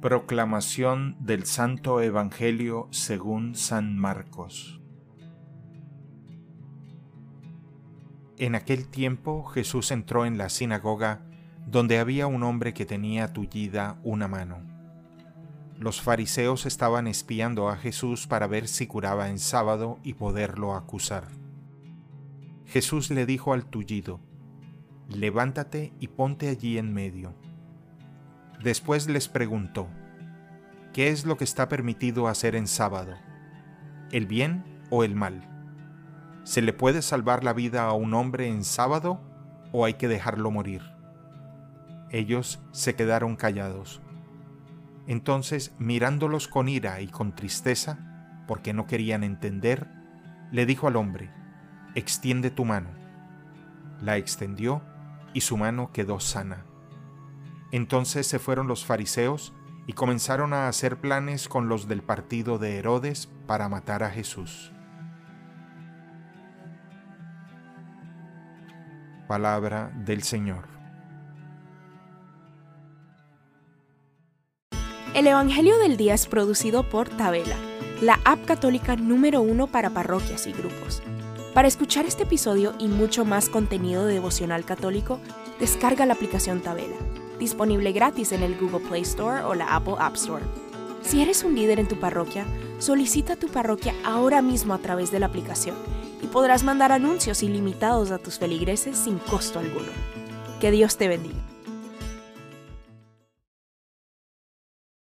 Proclamación del Santo Evangelio según San Marcos. En aquel tiempo Jesús entró en la sinagoga, donde había un hombre que tenía tullida una mano. Los fariseos estaban espiando a Jesús para ver si curaba en sábado y poderlo acusar. Jesús le dijo al tullido: «Levántate y ponte allí en medio». Después les preguntó: «¿Qué es lo que está permitido hacer en sábado? ¿El bien o el mal? ¿Se le puede salvar la vida a un hombre en sábado o hay que dejarlo morir?». Ellos se quedaron callados. Entonces, mirándolos con ira y con tristeza, porque no querían entender, le dijo al hombre: «Extiende tu mano». La extendió y su mano quedó sana. Entonces se fueron los fariseos y comenzaron a hacer planes con los del partido de Herodes para matar a Jesús. Palabra del Señor. El Evangelio del Día es producido por Tabela, la app católica número 1 para parroquias y grupos. Para escuchar este episodio y mucho más contenido de devocional católico, descarga la aplicación Tabela, disponible gratis en el Google Play Store o la Apple App Store. Si eres un líder en tu parroquia, solicita tu parroquia ahora mismo a través de la aplicación y podrás mandar anuncios ilimitados a tus feligreses sin costo alguno. Que Dios te bendiga.